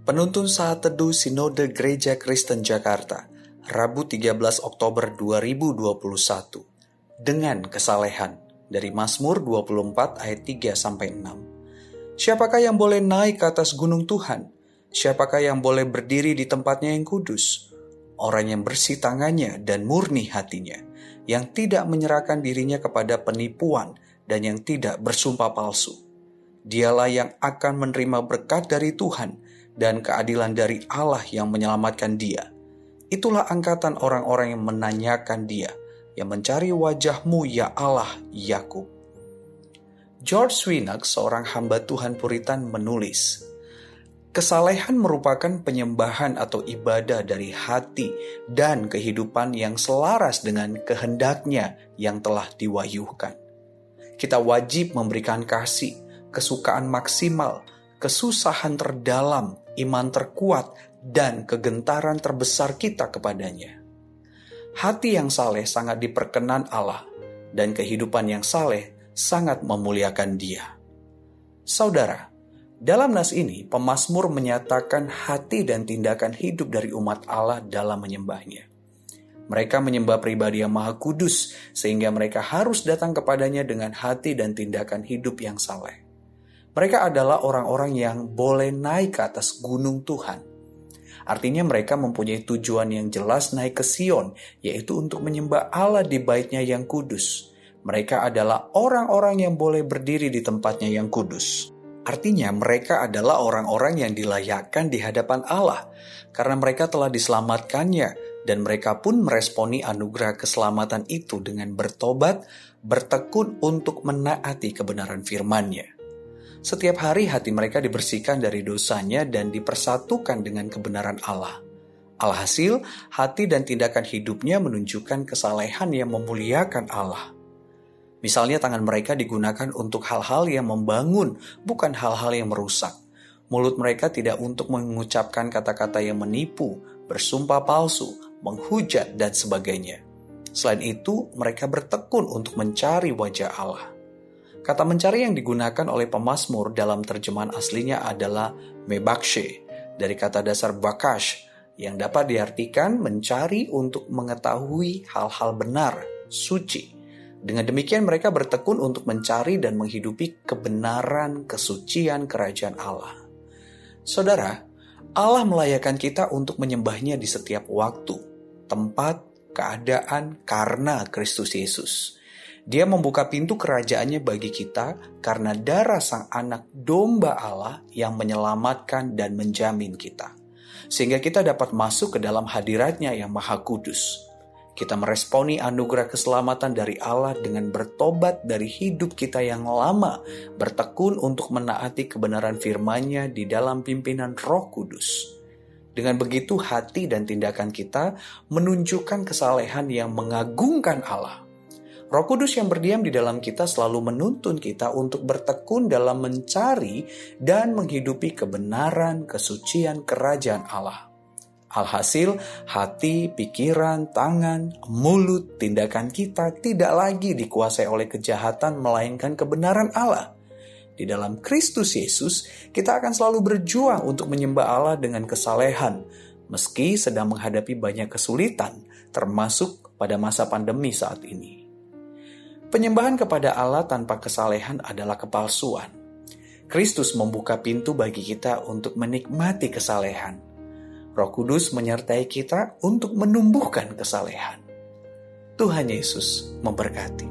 Penuntun Saat Teduh Sinode Gereja Kristen Jakarta, Rabu 13 Oktober 2021, dengan kesalehan, dari Mazmur 24 ayat 3-6. Siapakah yang boleh naik ke atas gunung Tuhan? Siapakah yang boleh berdiri di tempatnya yang kudus? Orang yang bersih tangannya dan murni hatinya, yang tidak menyerahkan dirinya kepada penipuan dan yang tidak bersumpah palsu. Dialah yang akan menerima berkat dari Tuhan dan keadilan dari Allah yang menyelamatkan dia. Itulah angkatan orang-orang yang menanyakan dia, yang mencari wajah-Mu ya Allah, Yakub. George Swinnock, seorang hamba Tuhan Puritan, menulis, kesalehan merupakan penyembahan atau ibadah dari hati dan kehidupan yang selaras dengan kehendaknya yang telah diwahyukan. Kita wajib memberikan kasih, kesukaan maksimal, kesusahan terdalam, iman terkuat, dan kegentaran terbesar kita kepadanya. Hati yang saleh sangat diperkenan Allah, dan kehidupan yang saleh sangat memuliakan Dia. Saudara, dalam nas ini, pemazmur menyatakan hati dan tindakan hidup dari umat Allah dalam menyembahnya. Mereka menyembah pribadi yang maha kudus, sehingga mereka harus datang kepadanya dengan hati dan tindakan hidup yang saleh. Mereka adalah orang-orang yang boleh naik ke atas gunung Tuhan. Artinya mereka mempunyai tujuan yang jelas naik ke Sion, yaitu untuk menyembah Allah di bait-Nya yang kudus. Mereka adalah orang-orang yang boleh berdiri di tempatnya yang kudus. Artinya mereka adalah orang-orang yang dilayakkan di hadapan Allah, karena mereka telah diselamatkannya, dan mereka pun meresponi anugerah keselamatan itu dengan bertobat, bertekun untuk menaati kebenaran firman-Nya. Setiap hari hati mereka dibersihkan dari dosanya dan dipersatukan dengan kebenaran Allah. Alhasil, hati dan tindakan hidupnya menunjukkan kesalehan yang memuliakan Allah. Misalnya tangan mereka digunakan untuk hal-hal yang membangun, bukan hal-hal yang merusak. Mulut mereka tidak untuk mengucapkan kata-kata yang menipu, bersumpah palsu, menghujat, dan sebagainya. Selain itu, mereka bertekun untuk mencari wajah Allah. Kata mencari yang digunakan oleh pemazmur dalam terjemahan aslinya adalah mebakshe, dari kata dasar bakash, yang dapat diartikan mencari untuk mengetahui hal-hal benar, suci. Dengan demikian mereka bertekun untuk mencari dan menghidupi kebenaran, kesucian kerajaan Allah. Saudara, Allah melayakkan kita untuk menyembahnya di setiap waktu, tempat, keadaan karena Kristus Yesus. Dia membuka pintu kerajaannya bagi kita karena darah Sang Anak Domba Allah yang menyelamatkan dan menjamin kita. Sehingga kita dapat masuk ke dalam hadirat-Nya yang maha kudus. Kita meresponi anugerah keselamatan dari Allah dengan bertobat dari hidup kita yang lama, bertekun untuk menaati kebenaran firman-Nya di dalam pimpinan Roh Kudus. Dengan begitu hati dan tindakan kita menunjukkan kesalehan yang mengagungkan Allah. Roh Kudus yang berdiam di dalam kita selalu menuntun kita untuk bertekun dalam mencari dan menghidupi kebenaran, kesucian kerajaan Allah. Alhasil, hati, pikiran, tangan, mulut, tindakan kita tidak lagi dikuasai oleh kejahatan melainkan kebenaran Allah. Di dalam Kristus Yesus, kita akan selalu berjuang untuk menyembah Allah dengan kesalehan, meski sedang menghadapi banyak kesulitan, termasuk pada masa pandemi saat ini. Penyembahan kepada Allah tanpa kesalehan adalah kepalsuan. Kristus membuka pintu bagi kita untuk menikmati kesalehan. Roh Kudus menyertai kita untuk menumbuhkan kesalehan. Tuhan Yesus memberkati.